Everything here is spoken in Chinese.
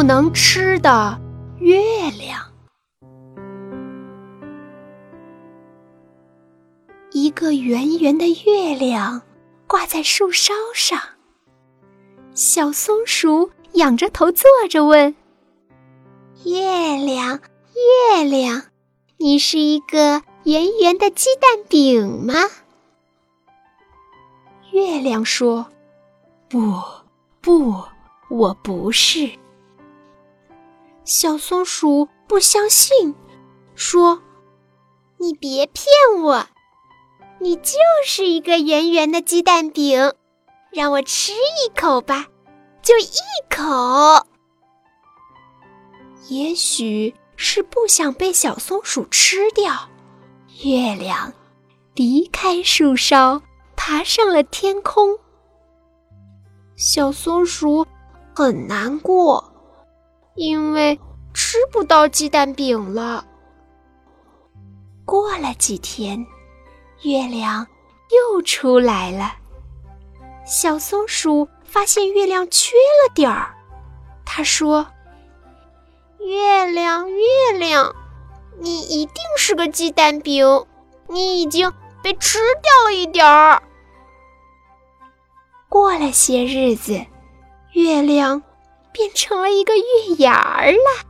能吃的月亮。一个圆圆的月亮挂在树梢上，小松鼠仰着头坐着问：月亮，月亮，你是一个圆圆的鸡蛋饼吗？月亮说：不，我不是。小松鼠不相信，说：你别骗我，你就是一个圆圆的鸡蛋饼，让我吃一口吧，就一口。也许是不想被小松鼠吃掉，月亮离开树梢，爬上了天空。小松鼠很难过，因为吃不到鸡蛋饼了。过了几天，月亮又出来了。小松鼠发现月亮缺了点儿，它说：月亮，月亮，你一定是个鸡蛋饼，你已经被吃掉了一点儿。过了些日子，月亮变成了一个月牙儿了。